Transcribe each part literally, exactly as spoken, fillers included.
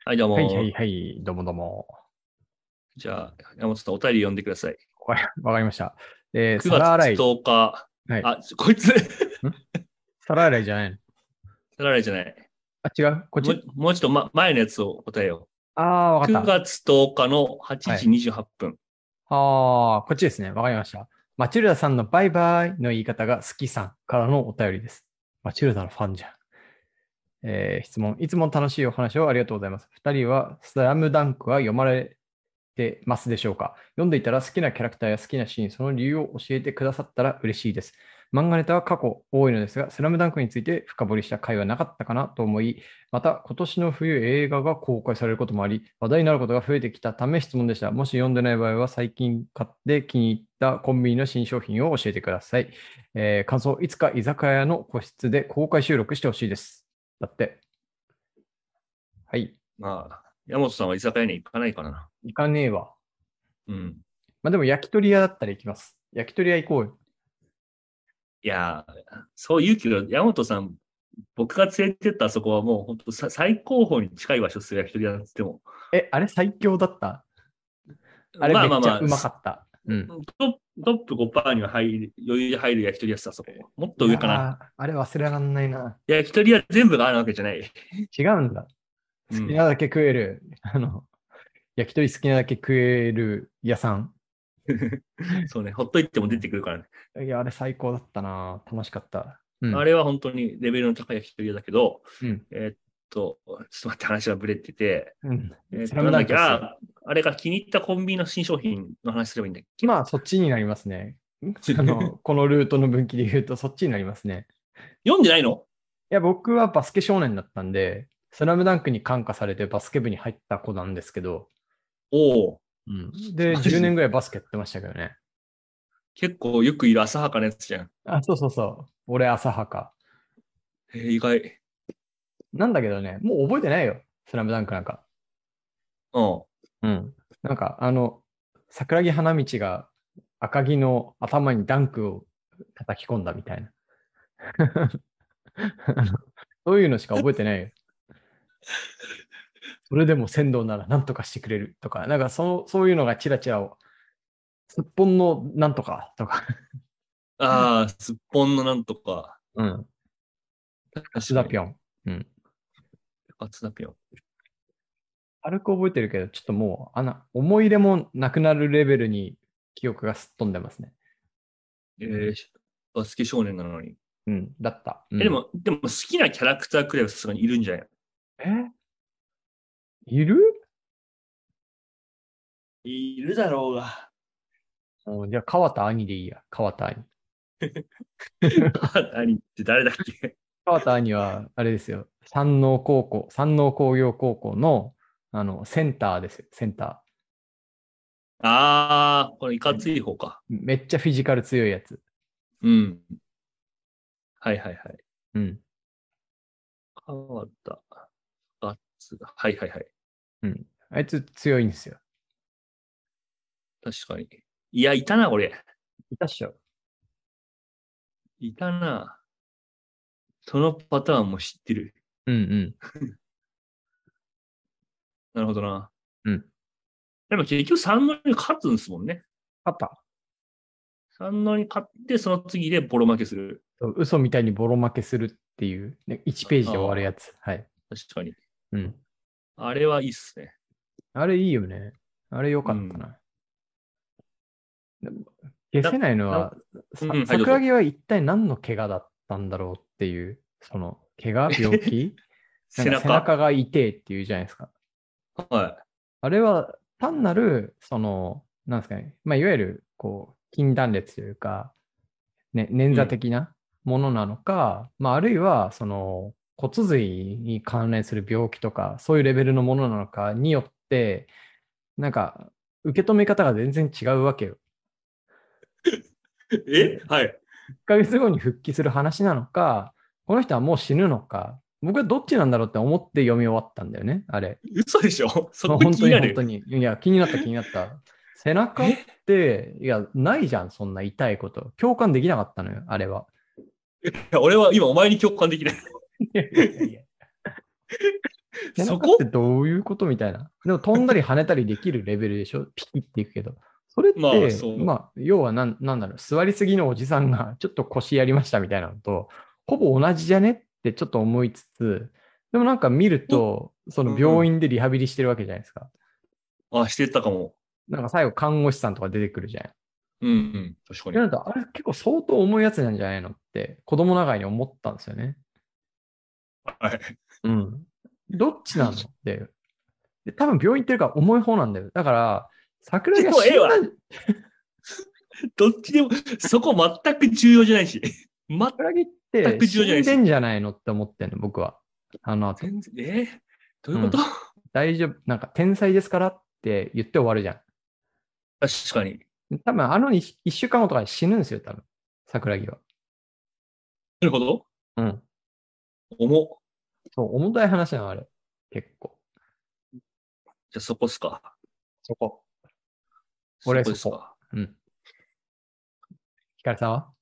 はい、どうはいはいも。 はい、どうもどうも。 じゃあ、山本さん、お便り読んでください。 わかりわかりました。えー、 9月皿洗い。 とおか、 はい。 あ、こいつ、 ん皿洗いじゃないの？ 取られじゃない。 あ、違うこっもう、 ち。 もうちょっと、ま、前のやつを答えよああー、わう。9 かっ月とおかのた。 8時はい。 にじゅうはっぷん。 ああ、こっちですね。わかりました。マチルダさんのバイバイの言い方が好きさんからのお便りです。マチルダのファンじゃん。えー質問。いつも楽しいお話をありがとうございます。二人はスラムダンクは読まれてますでしょうか？読んでいたら好きなキャラクターや好きなシーン、その理由を教えてくださったら嬉しいです。漫画ネタは過去多いのですが、スラムダンクについて深掘りした回はなかったかなと思い、また今年の冬映画が公開されることもあり、話題になることが増えてきたため質問でした。もし読んでない場合は最近買って気に入ったコンビニの新商品を教えてください。えー感想、いつか居酒屋の個室で公開収録してほしいです。だって。はい。 まあ、山本さんは居酒屋に行かないからな。 行かねえわ。 うん。 まあでも焼き鳥屋だったら行きます。焼き鳥屋行こうよ。 いやー、そう言うけど、山本さん、僕が連れてったあそこはもう本当さ最高峰に近い場所する焼き鳥屋って言っても。 え、あれ最強だった？あれまあまあまあ、 めっちゃうまかった。うん。 トップ、トップごパーセントには入る、余裕で入る焼き鳥屋さ、あそこ。もっいやと上かな。 ー、あれ忘れらんないな。 焼き鳥屋全部があるわけじゃない。 違うんだ。好きなうん。 だけ食える。あの、焼き鳥好きなだけ食える屋さん。 そうね、ほっといても出うてくるからね。 ん。いや、あれ最高だったな。楽しかった。うん。 あれは本当にレベルの高い焼き鳥屋だけど、 うん。 えーっと、ちょっと待って話がブレてて、 うん。スラムえーっと、なんだっけ、 ダンクっすよ。 ああ、あれが気に入ったコンビニの新商品の話すればいいんだっけ。 まあ、そっちになりますね。んあの、このルートの分岐で言うと、そっちになりますね。 読んでないの？ いや、僕はバスケ少年だったんで、スラムダンクに感化されてバスケ部に入った子なんですけど、 おおうん。で、10 ー、マジ年ぐらいバスケやってましたけどね。 結構よくいる浅はかなやつじゃん。 あ、そうそうそう。俺、浅はか。 えー意外。 なんだけどね、もう覚えてないよ。スラムダンクなんか。 うん。 うん。なんか、あの、桜木花道が赤木の頭にダンクを叩き込んだみたいな。あのそういうのしか覚えてないよ。それでも仙道なら何とかしてくれるとか、なんかそ、そういうのがチラチラを、すっぽんのなんとかとか、 ああ、すっぽんのなんとか。 うん。 確かに。 須田ぴょん。うん。 初だぴょん。 軽く覚えてるけど、ちょっともう、あの、思い入れもなくなるレベルに記憶がすっ飛んでますね。 えー、バスケ少年なのに。 うん。だった。うえ、でん。 も、でも好きなキャラクターくらいはさすがにいるんじゃないの？ えいる？ いるだろうが。 うん、じゃあ、川田兄でいいや。川田兄。 何って誰だっけ？ 川田兄は、あれですよ。山王高校、山王工業高校の、あの、センターですよ。センタああー、これいかー。 つい方か。 めっちゃフィジカル強いやつ。 うん。はいはいはい。 うん。 川田、ガッツだ。はいはいはい。 うん。あいつ強いんですよ。 確かに。いや、いたな、俺。 いたっしょ。 いたな。そのパターンも知ってる。 うんうん。 なるほどな。 うん。 でも結局さんのに勝つんですもんね。 あった。 さんのに勝って、その次でボロ負けする。 そう嘘みたいにボロ負けするっていう、ね、いちページで終わるああ、 やつ。はい。 確かに。 うん。 あれはいいっすね。 あれいいよね。あれようん。 かったな。でも消せな、な、 ないのは、さ、 うん、はい、どうぞ。 桜木は一体何の怪我だったんだろうっていう、その、怪我病気なんか背背中？ 中が痛いっていうじゃないですか。 はあれは単なる、その、なんですかね。まあ、いわゆる、こう、筋断裂というか、ね、捻い。うん。 挫的なものなのか、まあ、あるいは、その、骨髄に関連する病気とか、そういうレベルのものなのかによって、なんか、受け止め方が全然違うわけよ。 えはい。 いっかげつごに復帰する話なのか、この人はもう死ぬのか、僕はどっちなんだろうって思って読み終わったんだよね、あれ。 嘘でしょ？そこもう本当に気になる。 本当に。いや、気になった気になった。背中っえいて、いや、ないじゃん、そんな痛いこと。共感できなかったのよ、あれは。 や俺は今お前に共感できない。 いやいやいやいや。 背そこ中ってどういうことみたいな。でも飛んだり跳ねたりできるレベルでしょピキっていくけど。それっまあ、 て、 そう。 まあ、要はなん、なんだろう、座りすぎのおじさんがちょっと腰やりましたみたいなのと、ほぼ同じじゃねってちょっと思いつつ、でもなんか見るおと、そのうん。 病院でリハビリしてるわけじゃないですか。 あ、してたかも。 なんか最後看護師さんとか出てくるじゃん。っうんうん。確かに。 てなると、あれ結構相当重いやつなんじゃないのって子供ながらに思ったんですよね。 はい。 うん。どっちなのって。で、多分病院行ってるから重い方なんだよ。だから、桜木がでもええわ。 死んだ、 どっちでも、そこ全く重要じゃないし。 桜木って全く重要じゃないし。 死んでんじゃないのって思ってんの、僕は。あの後。 全然、えーどういうこと？ うん。大丈夫。なんか天才ですからって言って終わるじゃ確かに。 ん。多分あの一一週間後とかに死ぬんですよ、多分。桜木は。 なるほど。 うん。 重っ。 そう、重たい話なの、あれ。結構。 じゃあそこっすか。 そこ。 そ俺そこ。 こですか。 うん。ヒカルさんは？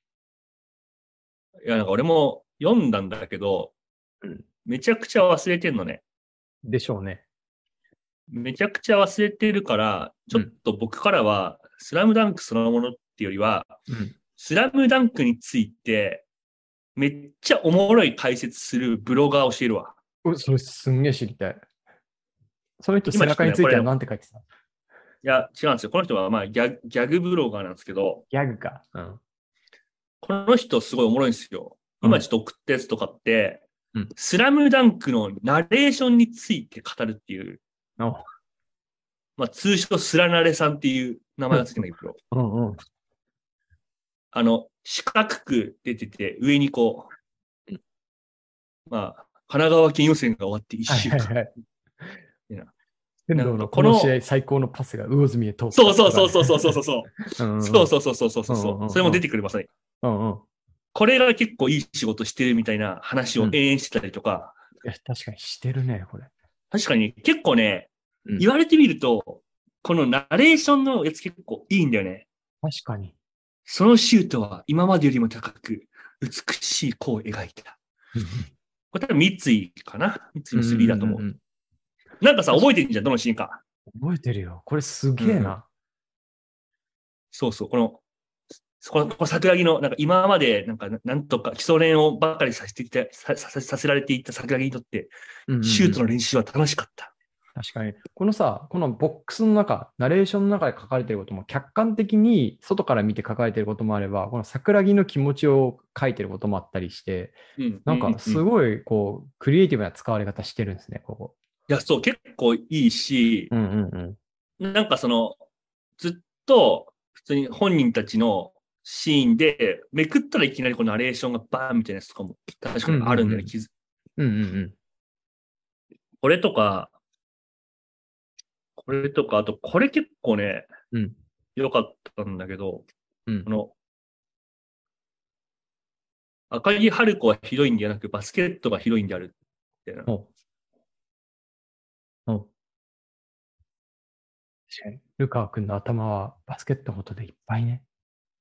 いや、なんか俺も読んだんだけど、 うん。 めちゃくちゃ忘れてんのね。 でしょうね。 めちゃくちゃ忘れてるから、ちょっうん。 と僕からは、スラムダンクそのものっていうよりは、 うん。 スラムダンクについて、めっちゃおもろい解説するブロガー教えるわ。 うそれすんげえ知りたい。その人背今ちょっとね、 中についてはこれ、い何て書いてた？ や、違うんですよ。この人はまあギャ、ギャグブロガーなんですけど、 ギャグか。うん。 この人すごいおもろいんですよ。 うん。 今ちょっと送ったやつとかって、 うん。 スラムダンクのナレーションについて語るっていう、 おまあ通称スラナレさんっていう名前がついてんだけど、 うんうん。 あの、四角く出てて、上にこう、まあ、神奈川県予選が終わってはい一週間。 はいはい。 なんか天童のここの、 の試合最高のパスが魚住へ通っそうたとかね。 そうそうそうそうそうそう。 うんうんそうそうそうそうそううそうそう。それもんうんうん出てくるまさに。 うんうん。 これが結構いい仕事してるみたいな話うん。 を延々してたりとか、 いや、確かにしてるね、これ。 確かに結構ね、 うん。 言われてみると、このナレーションのやつ結構いいんだよね。 確かに。 そのシュートは今までよりも高く、美しい弧を描いた。 うんこれ多分三井かな三井のスリーうんうんだと思うんうん。 う。なんかさ、 確か覚えてんじゃん、どのシーンか。 覚えてるよ。これすうんうん。 げえな。 そうそう、この、この、この桜木の、なんか今まで、なんか、なんとか基礎練をばかりさせてきた、さ、さ、させられていた桜木にとって、 うんうんシューうん。 トの練習は楽しかった。 確かに。このさ、このボックスの中、ナレーションの中で書かれてることも客観的に外から見て書かれてることもあれば、この桜木の気持ちを書いてることもあったりして、 うん、うん、うなんかすん。 ごいこう、クリエイティブな使われ方してるんですね、ここ。 いや、そう、結構いいし、 うんうんうん。 なんかその、ずっと、普通に本人たちのシーンで、めくったらいきなりこのナレーションがバーンみたいなやつとかも確かうんにあるんだよね、 うんうん。 気づ。 うんうんうん。 これとか、これとか、あと、これ結構ね、 うん。 良かったんだけど、 うん。 この、赤木春子はヒロインではなく、バスケットがヒロインである、みたいな。 おお確かに。ルカワ君の頭はバスケットのことでいっぱいね。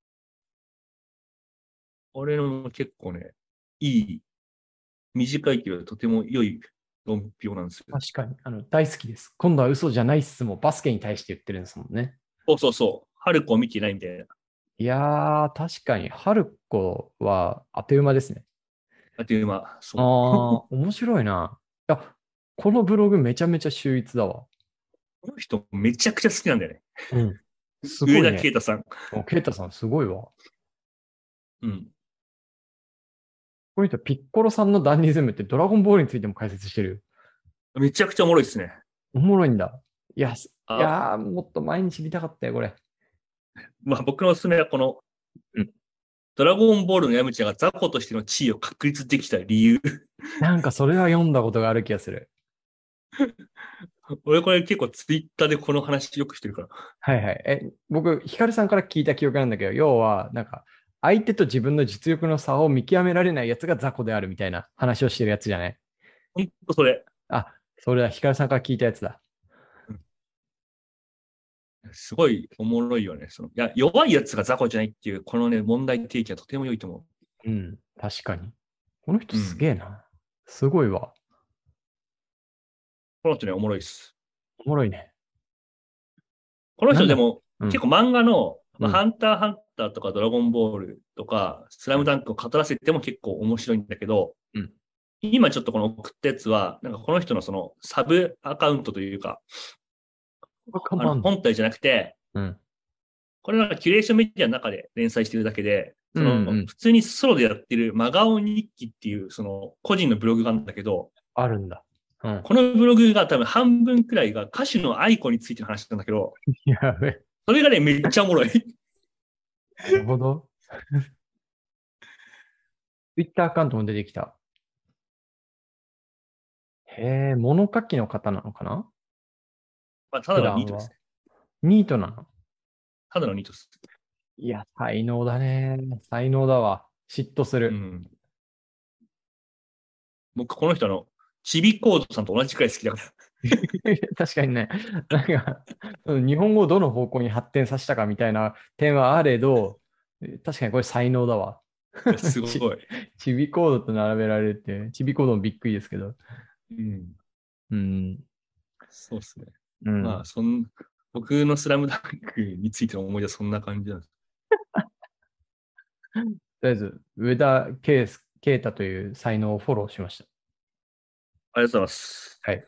これも結構ね、いい、短いけど、とても良い論評なんですよ。 確かに。あの、大好きです。今度は嘘じゃないっすもバスケに対して言ってるんですもんね。 そうそうそう。春子を見てないみたいな。 いやー、確かに、春子は当て馬ですね。 あっという間、 あそう。 ー、面白いな。いや、このブログめちゃめちゃ秀逸だわ。 この人めちゃくちゃ好きなんだよね。 うん。す上田ごいね。 啓太さん。 おケイタさんすごいわ。 うん。 この人、ピッコロさんのダンディズムってドラゴンボールについても解説してるよ。 めちゃくちゃおもろいですね。 おもろいんだ。いや、すいあ、 やー、もっと毎日見たかったよ、これ。 まあ僕のおすすめはこの、うん。ドラゴンボールのヤムチャが雑魚としての地位を確立できた理由。 なんかそれは読んだことがある気がする。 俺これ結構ツイッターでこの話よくしてるから。 はいはい。え、僕、ヒカルさんから聞いた記憶なんだけど、要は、なんか、相手と自分の実力の差を見極められないやつが雑魚であるみたいな話をしてるやつじゃない？ ほんとそれ。 あ、それはヒカルさんから聞いたやつだ。 すごいおもろいよね。そのいや、弱いやつが雑魚じゃないっていう、このね、問題提起はとても良いと思うん、確かに。この人う。うん。 すげえな。すごいわ。 この人ね、おもろいです。 おもろいね。 このなんだ。 人でも、 うん。 結構漫画の、まあ、 うん。 ハンターハンターとかドラゴンボールとか、スラムダンクを語らせても結構面白いんだけど、 うん。 今ちょっとこの送ったやつは、なんかこの人のそのサブアカウントというか、 これ看あの板あんの？ 本体じゃなくて、 うん。 これなんかキュレーションメディアの中で連載してるだけで、 うんうそのん。 普通にソロでやってる真顔日記っていうその個人のブログがあるんだけど、 あるんだ。うん。 このブログが多分半分くらいが歌手のアイコについての話なんだけど、 やべ。 それがね、めっちゃおもろい。 なるほど。Twitter アカウントも出てきた。へえ、物書きの方なのかな？ まあ、ただのニ普段は。 ートですね。 ニートなの？ ただのニートです。 いや、才能だね。才能だわ。嫉妬する。 うん。僕、この人の、ちびコードさんと同じくらい好きだか確かにね、なんか、うん日本語をどの方向に発展させたかみたいな点はあれど、確かにこれ才能だわ。 ら。すち、 ごい。 ちびコードと並べられるって、ちびコードもびっくりですけど。 うん。 うん。 そうですね。まあ、 うん。 そん、僕のスラムダンクについての思い出はそんな感じなんです。 とりあえず、上田圭介啓太という才能をフォローしましありがとうございます。 た。はい。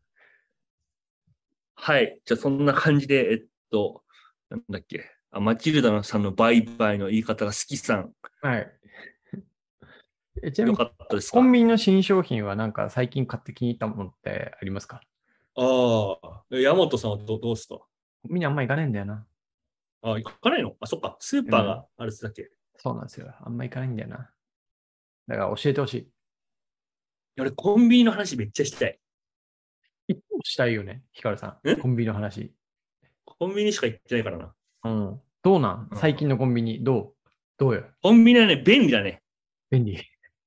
はい。じゃあ、そんな感じで、えっと、なんだっけ。あ、マチルダさんのバイバイの言い方が好きさん。 はい。えちなみに、 よかったですか？ コンビニの新商品はなんか最近買って気に入ったものってありますか？ ああ、山本さんはど、どうですか？ コンビニあんま行かないんだよな。 ああ、行かないの？あ、そっか。スーパーうん。 があるっつだっけ？ そうなんですよ。あんま行かないんだよな。だから教えてほしい。 俺、コンビニの話めっちゃしたい。 一個したいよね、ヒカルさん。コンんビニの話。 コンビニしか行ってないからな。 うん。どうなんうん。 最近のコンビニ。どうどうよ。 コンビニはね、便利だね。 便利。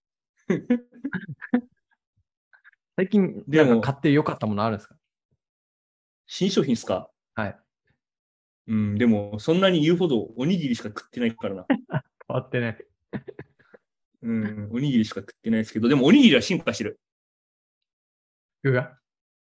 最近でも、 なんか買ってよかったものあるんですか？ 新商品っすか？ はい。 うん、でも、そんなに言うほどおにぎりしか食ってないからな。 変わってね。 うん、おにぎりしか食ってないですけど、でもおにぎりは進化してる。 具が。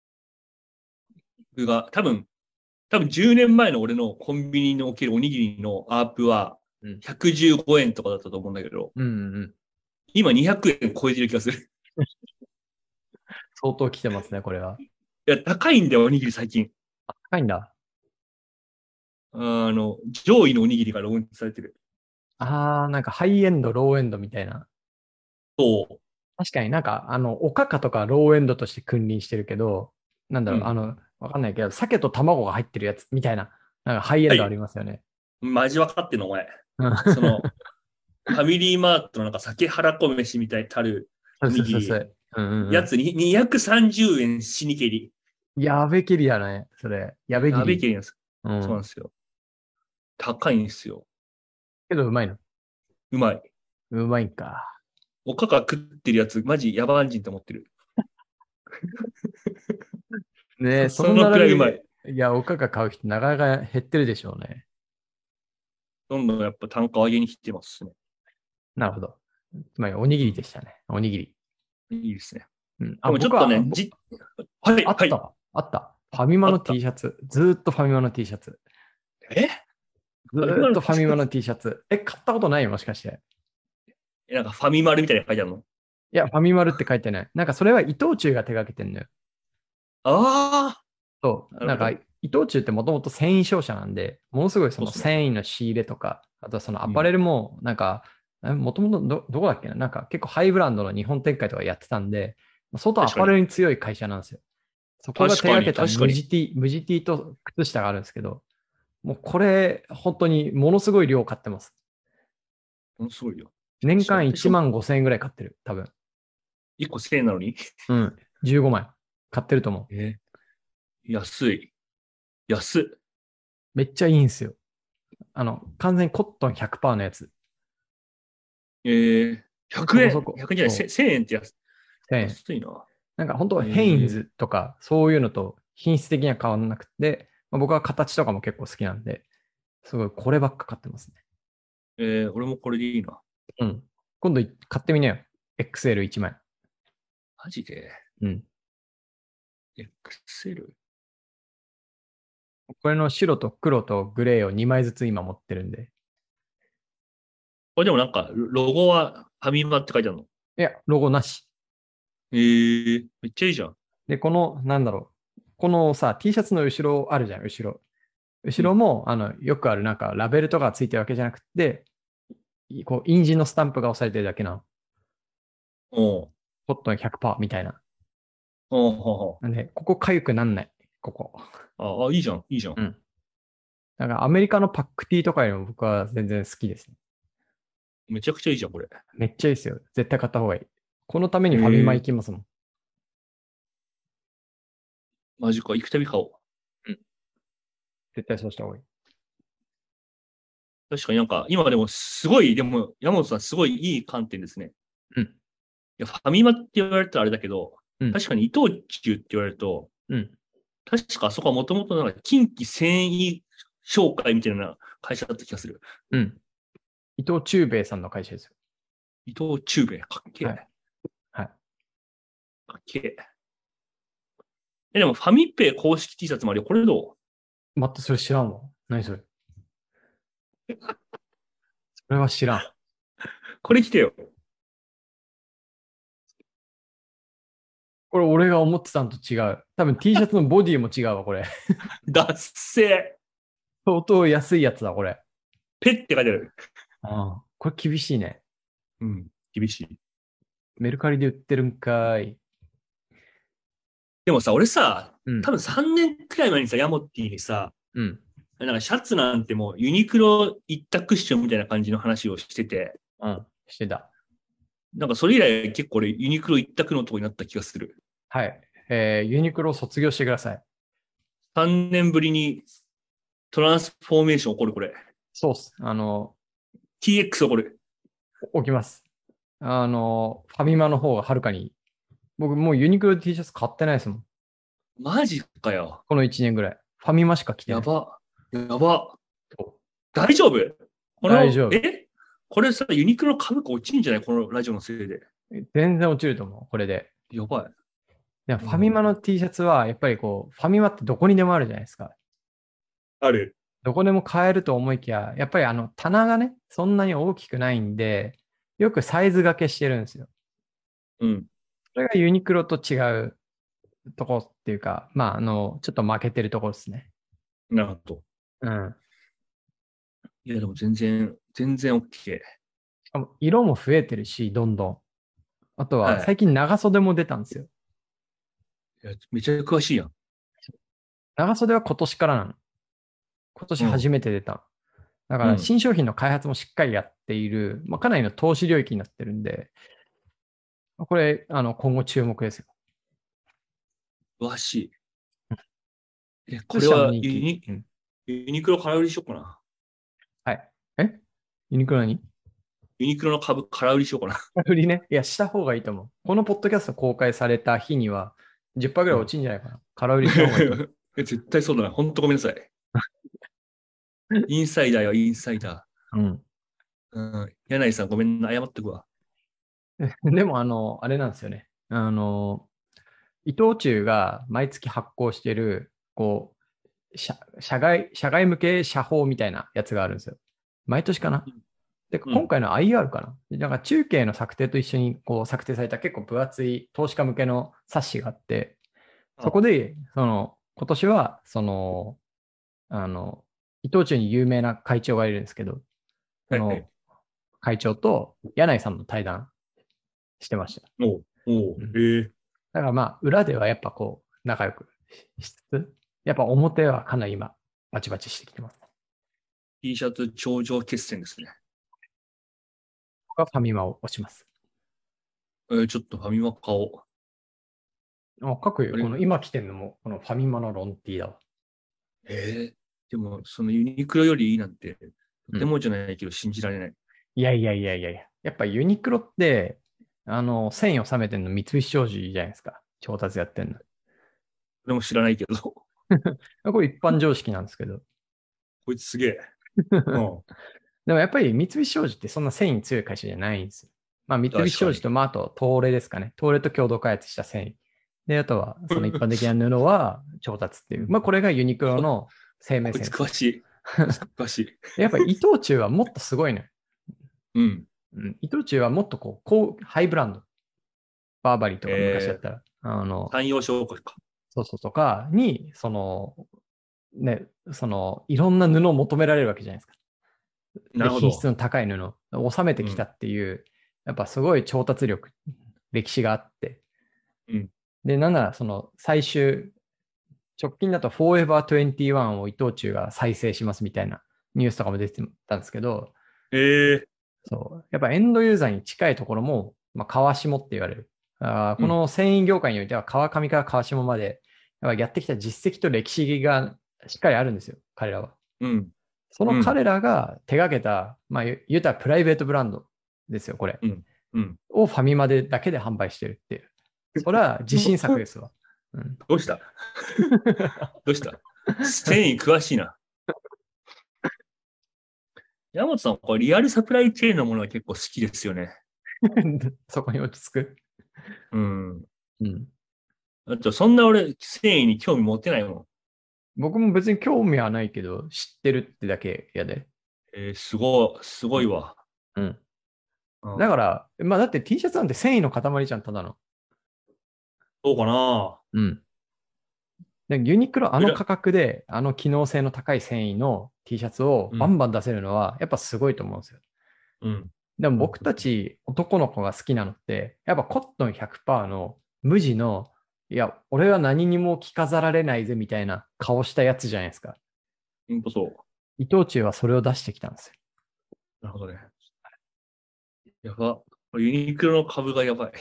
僕が、多分、多分じゅうねんまえの俺のコンビニにおけるおにぎりのアープはうん。 ひゃくじゅうごえんとかだったと思うんだけど、 うんうんうん。 今にひゃくえん超えてる気がする。 相当来てますね、これは。 いや、高いんだよ、おにぎり最近。 高いんだ。 あの、上位のおにぎりがローンチされてる。 あー、なんかハイエンド、ローエンドみたいな。 そ確かになんか、あの、おかかとかローエンドとして君臨してるけど、なんだう。うろう、あん。 の、わかんないけど、鮭と卵が入ってるやつみたいな、なんかハイエンドありはい。 ますよね。 マジ分かってんの、お前。 うん。 その、ファミリーマートのなんか酒腹こ飯みたいにたるそうおにぎり、 そうそうそう。うんうんうん。 やつににひゃくさんじゅうえん死にけり。 やべきりやね、それ。やべきやべえり。 けりなんです。 うん。 そうなんですよ。高いんですよ。 けどうまいの？ うまい。 うまいんか。 おかか食ってるやつ、マジ野蛮人と思ってる。 ねえ、 そ、 そのそのくらいうまい。 並びで、いや、おかか買う人なかなか減ってるでしょうね。 どんどんやっぱ単価を上げに来てますね。 なるほど。つまり、おにぎうん。 りでしたね。おにぎり。 いいですね。 うん。あ、 でもちょ僕は、 っとね、 ぼじ、はい、はい、 あった。あった。ファミマのあった。 T シャツ。ずーっとファミマの T シャツ。 えずーっ今のと T ファミマのシャツ T シャツ。え、買ったことないもしかして。 え、なんかファミマルみたいなの書いてあるの？ いや、ファミマルって書いてない。なんかそれは伊藤忠が手掛けてんのよ。 ああ、 そう。なんか、 なるほど。 伊藤忠ってもともと繊維商社なんで、ものすごいそのそうですね。 繊維の仕入れとか、あとはそのアうん。 パレルも、なんか、もともとど、どこだっけななんか結構ハイブランドの日本展開とかやってたんで、外ア確かに。 パレルに強い会社なんですよ。そこが確かに、 手掛けた確かに。 無地 T、無地 T と靴下があるんですけど、もうこれ、本当にものすごい量買ってます。 ものすごいよ。 年間1 知らんでしょ？ 万ごせん円ぐらい買ってる。多分。 いっ 個せんえんなのに。 うん。じゅうごまい。買ってると思う。 えー、安い。安っ。 めっちゃいいんですよ。あの、完全にコットンひゃくパーセントのやつ。 えー、100円。 そこそこ。 ひゃくえんじゃない、 そせん円って安、 う。せんえん。 安いな。 なんか本当えヘインー、 ズとか、そういうのと品質的には変わらなくて、まあ、僕は形とかも結構好きなんで、すごいこればっか買ってますね。 えー、俺もこれでいいな。 うん。今度買ってみなよ。エックスエルいち 枚。 マジで。 うん。 エクセル。 これの白と黒とグレーをにまいずつ今持ってるんで。 これでもなんか、ロゴはファミマって書いてあるの？ いや、ロゴなし。 えー、めっちゃいいじゃん。 で、この、なんだろう。このさ、T シャツの後ろあるじゃん、後ろ。後うん。 ろも、あの、よくあるなんかラベルとかついてるわけじゃなくて、いこう、印字のスタンプが押されてるだけなの。 おう。 コットンひゃくパーセントみたいな。 おうほうほなんで、ここ痒くなんない。ここ。 う。ああ、いいじゃん。いいじゃん。 うん。だからアメリカのパックティーとかよりも僕は全然好きですね。 めちゃくちゃいいじゃん、これ。 めっちゃいいですよ。絶対買った方がいい。このためにえファミマ行ー、 きますもん。 マジか。行くたび買おう。 うん。絶対そうした方がいい。 確かになんか、今でもすごい、でも、山本さんすごいいい観点ですね。 うん。 いや、ファミマって言われたらあれだけど、 うん。 確かに伊藤忠って言われると、 うん。 確かあそこはもともとなんか近畿繊維商会みたいな会社だった気がする。 うん。伊藤忠兵衛さんの会社ですよ。 伊藤忠兵衛、かっけえ。 はい。はい。 かっけえ。え、でもファミペイ公式 T シャツもあるよ。これどう？ 待って、それ知らんわ。何それ。それは知らん。 これ着てよ。 これ俺が思ってたのと違う。多分 T シャツのボディも違うわ、これ。 ダッセ相当安いやつだ、これ。 ー。ペって書いてある。 ああ。これ厳しいね。 うん。厳しい。 メルカリで売ってるんかい。 でもさ、俺さ、 うん。 多分さんねんくらい前にさ、ヤモティにさ、 うん。 なんかシャツなんてもうユニクロ一択クッションみたいな感じの話をしてて、 うん。してた。 なんかそれ以来結構俺ユニクロ一択のとこになった気がする。 はい。えー、ユニクロを卒業してください。 さんねんぶりにトランスフォーメーション起こるこれ。 そうっす。あの、 ティーエックス 起こる。 起きます。あの、ファミマの方がはるかに。僕もうユニクロ T シャツ買ってないですもん。 マジかよ。 このいちねんぐらい。ファミマしか着てない。 やば。やば。 そ大丈夫？ うこの、 大丈夫。 えこれさ、ユニクロ株価落ちんじゃない？このラジオのせいで。 全然落ちると思う。これで。 やばい。 でもファミうん。 マの T シャツは、やっぱりこう、ファミマってどこにでもあるじゃないですか。 ある。 どこでも買えると思いきや、やっぱりあの棚がね、そんなに大きくないんで、よくサイズ掛けしてるんですよ。 うん。 それがユニクロと違うとこっていうか、まあ、あの、ちょっと負けてるところですね。 なるほど。 うん。 いや、でも全然、全然 OK。 しかも色も増えてるし、どんどん。あとは、 はい。 最近長袖も出たんですよ。 いや、めちゃ詳しいやん。 長袖は今年からなの。今年初うん。 めて出た。だかうん。 ら新商品の開発もしっかりやっている、まあ、かなりの投資領域になってるんで、これ、あの、今後注目ですよ。 詳しい。え、こ靴れ下も人気。 はユニ、 うん。 ユニクロ空売りしようかな。 はい。えユニクロにユニクロの株空売りしようかな。 売りね。いや、した方がいいと思う。このポッドキャスト公開された日には、じゅっパーセントぐらい落うん。 ちんじゃないかな。空売りした方がいい。 え絶対そうだな。ほんとごめんなさい。インサイダーよ、インサイダうん。 ー。うん。柳井さんごめんな。謝ってくわ。 でも、あの、あれなんですよね。あの、伊藤忠が毎月発行してる、こう、社、社外、社外向け社報みたいなやつがあるんですよ。毎年かな。で、 うん。 今回の アイアール かな。なんか中継の策定と一緒にこう策定された結構分厚い投資家向けの冊子があって、そこあ、 で、その、今年は、その、あの、伊藤忠に有名な会長がいるんですけど、そはい。 の会長と柳井さんの対談してました。 おう、おう、 うん。 ええ。 だからまあ、裏ではやっぱこう、仲良くしつつ、やっぱ表はかなり今、バチバチしてきてます。 T シャツ頂上決戦ですね。 僕はファミマを押します。 えー、ちょっとファミマ買おう。 あ、書くよ。 あれ、 この今着てるのも、このファミマのロンティーだわ。 ええ。でも、そのユニクロよりいいなんて、とうん。 てもじゃないけど信じられない。 いやいやいやいやいや。やっぱユニクロって、あの、繊維を収めてるの三菱商事じゃないですか。調達やってんの。 俺も知らないけど、 これ一般常識なんですけど。 こいつすげえ。うん。 でもやっぱり三菱商事ってそんな繊維強い会社じゃないんですよ。まあ三菱確かに。 商事と、まああと東レですかね。東レと共同開発した繊維。 で、あとは、その一般的な布は調達っていう。まあ、これがユニクロの生命こいつ線。 詳しい。詳しい。 やっぱ伊藤忠はもっとすごいのよ。 うん。 うん、伊藤忠はもっとこう、こうハイブランド。バーバリーとか昔だっえたら、あー、 の、 産業商国か。 そうそうとかに、その、ね、その、いろんな布を求められるわけじゃないですか。で、 なるほど。 品質の高い布を収めてうん。 きたっていう、やっぱすごい調達力、歴史があって、 うん。 で、なんならその最終、直近だと フォーエバーにじゅういちを伊藤忠が再生しますみたいなニュースとかも出てたんですけど、 えー、 そう。やっぱエンドユーザーに近いところも、まあ、川下って言われる。あこうん。 の繊維業界においては川上から川下まで、やっぱやってきた実績と歴史がしっかりあるんですよ、彼らは。 うん。 そのうん。 彼らが手掛けた、まあ、言うたらプライベートブランドですよ、これ。 うん。うん。 をファミマでだけで販売してるっていう。それは自信作ですわ。うん、 どうしたどうした繊維詳しいな。山本さん、これリアルサプライチェーンのものは結構好きですよね。 そこに落ち着く。 うん。 うん、 あと、そんな俺、繊維に興味持てないもん。 僕も別に興味はないけど、知ってるってだけやで。 えー、すごい、すごうん。 いわ。 うん。 うん。 だから、まあだって T シャツなんて繊維の塊じゃん、ただの。 どうかなうん。でユニクロあブラ、 の価格で、あの機能性の高い繊維の T シャツをうん。 バンバン出せるのは、やっぱすごいと思うんですよ。 うん。 でもうん。 僕たち男の子が好きなのって、やっぱコットンひゃくパーセントの無地の、いや、俺は何にも着飾られないぜみたいな顔したやつじゃないですか。 ほんとそ伊藤忠はそれを出してきたんですよ。 う。なるほどね。やば。これユニクロの株がやばい。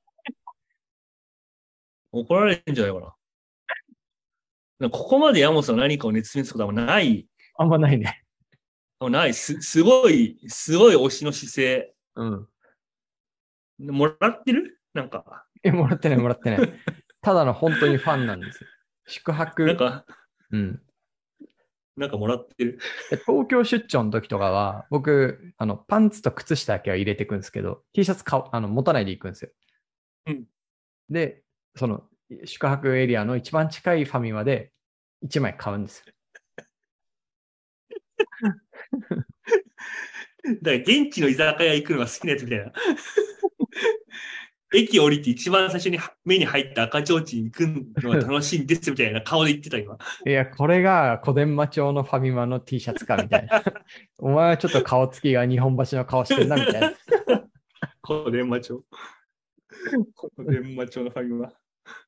怒られるんじゃないかな。なんかここまで山本さんが何かを熱弁することはない、 あんまないね。 ない、す、すごい、すごい推しの姿勢。 うん。 もらってるなんか、 え、もらってない、もらってない。ただの本当にファンなんですよ。宿泊、 なんか、 うん。 なんかもらってる。 東京出張の時とかは、僕、あの、パンツと靴下だけは入れていくんですけど、T シャツ買う、あの、持たないで行くんですよ。 うん。 で、その、宿泊エリアの一番近いファミマでいちまい買うんですよ。 だから現地の居酒屋行くのが好きなやつみたいな。駅降りて一番最初に目に入った赤ちょうちんに行くのが楽しいんですみたいな顔で言ってた今。 いや、これが小伝馬町のファミマの T シャツか、みたいな。お前はちょっと顔つきが日本橋の顔してんな、みたいな。 小伝馬町。小伝馬町のファミマ。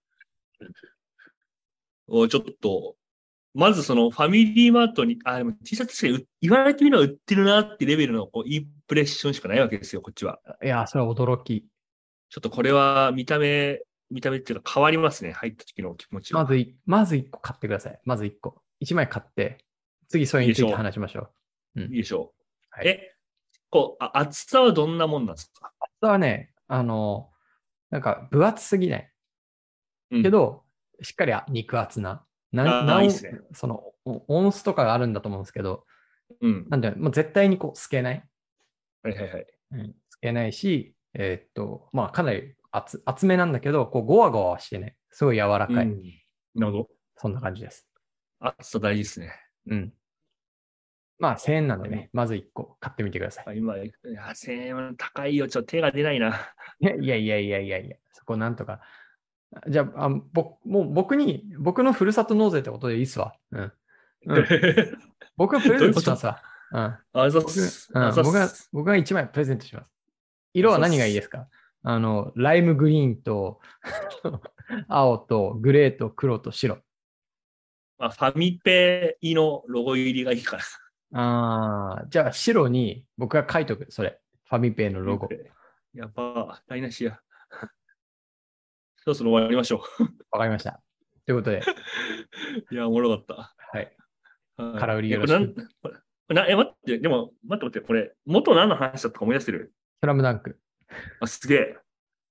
をちょっと、まずそのファミリーマートに、あ、でも T シャツ確かに言われてみれば売ってるなってレベルのこうインプレッションしかないわけですよ、こっちは。 いや、それは驚き。 ちょっとこれは見た目、見た目っていうか変わりますね、入った時の気持ちは。 まずい、まずいっこ買ってください。まずいっこ。いちまい買って、次それについていいでしょ話しましょう。うう。いん。 いでしょう。 はい。 え、こう、あ厚さはどんなもんなんですか？ あとはね、あの、なんか分厚すぎない。 うん。 けど、しっかり肉厚な。な、 ああ、 なお、 いいっすね。 その、お音数とかがあるんだと思うんですけど、 うん。 なんで、もう絶対にこう、透けない。 はいはいはい。 うん。透けないし、えーっと、まあ、かなり厚、厚めなんだけど、こう、ゴワゴワしてね、すごい柔らかい。 うん。なるほど。 そんな感じです。 厚さ大事ですね。 うん。まあ、せんえんなんあ今、 でね、まずいっこ買ってみてください。 あ今、いや、せんえんは高いよ。ちょっと手が出ないな。 いやいやいやいやいやいや、そこなんとか。じゃあ、あ僕、もう僕に、僕のふるさと納税ってことでいいっすわ。うん。うん。僕がプレゼンどういうことトしますわ。うん。 あざっ僕、 す。あうん。僕が、 ざっす。 僕がいちまいプレゼントします。 あ色は何がいいでざっす。 すか？あの、ライムグリーンと青とグレーと黒と白。 まあ、ファミペイのロゴ入りがいいから。 ああ、じゃあ白に僕が書いとく、それ。ファミペイのロゴ。 ファミペイ。やっぱ、台無しや。そろそろ終わりましょわかりました。ということで、 う。いや、おもろかはい。 った。はい。 空売りえ、これなん、 よろしく。 これな、え、待って、でも、待って待って、これ、元何の話だったか思い出してる？ スラムダンク。 あ、すげえ。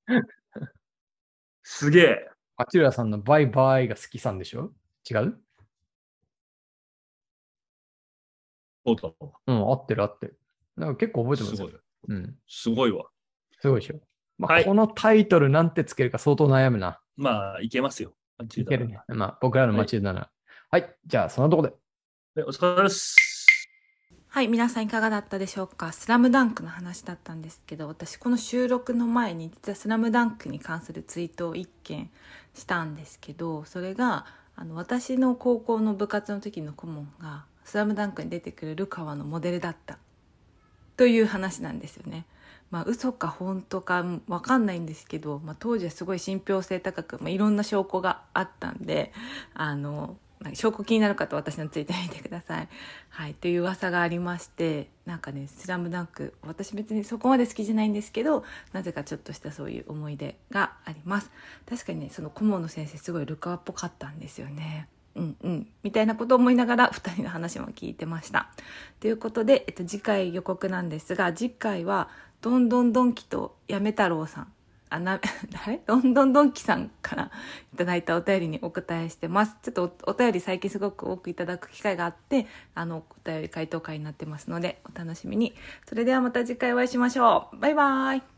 すげえ。 町浦さんのバイバイが好きさんでしょ？違う？ そうだ。 うん、合ってる合ってる。なんか結構覚えてますよ。 すごい。 うん。 すごいわ。 すごいでしょ。まあ、 はい。 このタイトルなんてつけるか相当悩むな。 まあ、いけますよ。マチルダなら。 いけるね。まあ、僕らのはい。 マチルダなら。はい。じゃあ、そのとこで。 はい、お疲れ様です。 はい、皆さんいかがだったでしょうか。スラムダンクの話だったんですけど、私この収録の前に実はスラムダンクに関するツイートを一件したんですけど、それがあの私の高校の部活の時の顧問がスラムダンクに出てくるルカワのモデルだったという話なんですよね。まあ嘘か本当かわかんないんですけど、まあ、当時はすごい信憑性高く、まあ、いろんな証拠があったんで、あの証拠気になる方は私のツイート見てください。はい、という噂がありまして、なんかね、スラムダンク、私別にそこまで好きじゃないんですけど、なぜかちょっとしたそういう思い出があります。確かにね、その顧問の先生すごいルカワっぽかったんですよね。うんうんみたいなことを思いながらふたりの話も聞いてました。ということで、えっと、次回予告なんですが、次回はどんどんドンキとやめ太郎さん、あな誰どんどんドンキさんからいただいたお便りにお答えしてます。ちょっと お, お便り最近すごく多くいただく機会があって、あのお便り回答会になってますのでお楽しみに。それではまた次回お会いしましょう。バイバイ。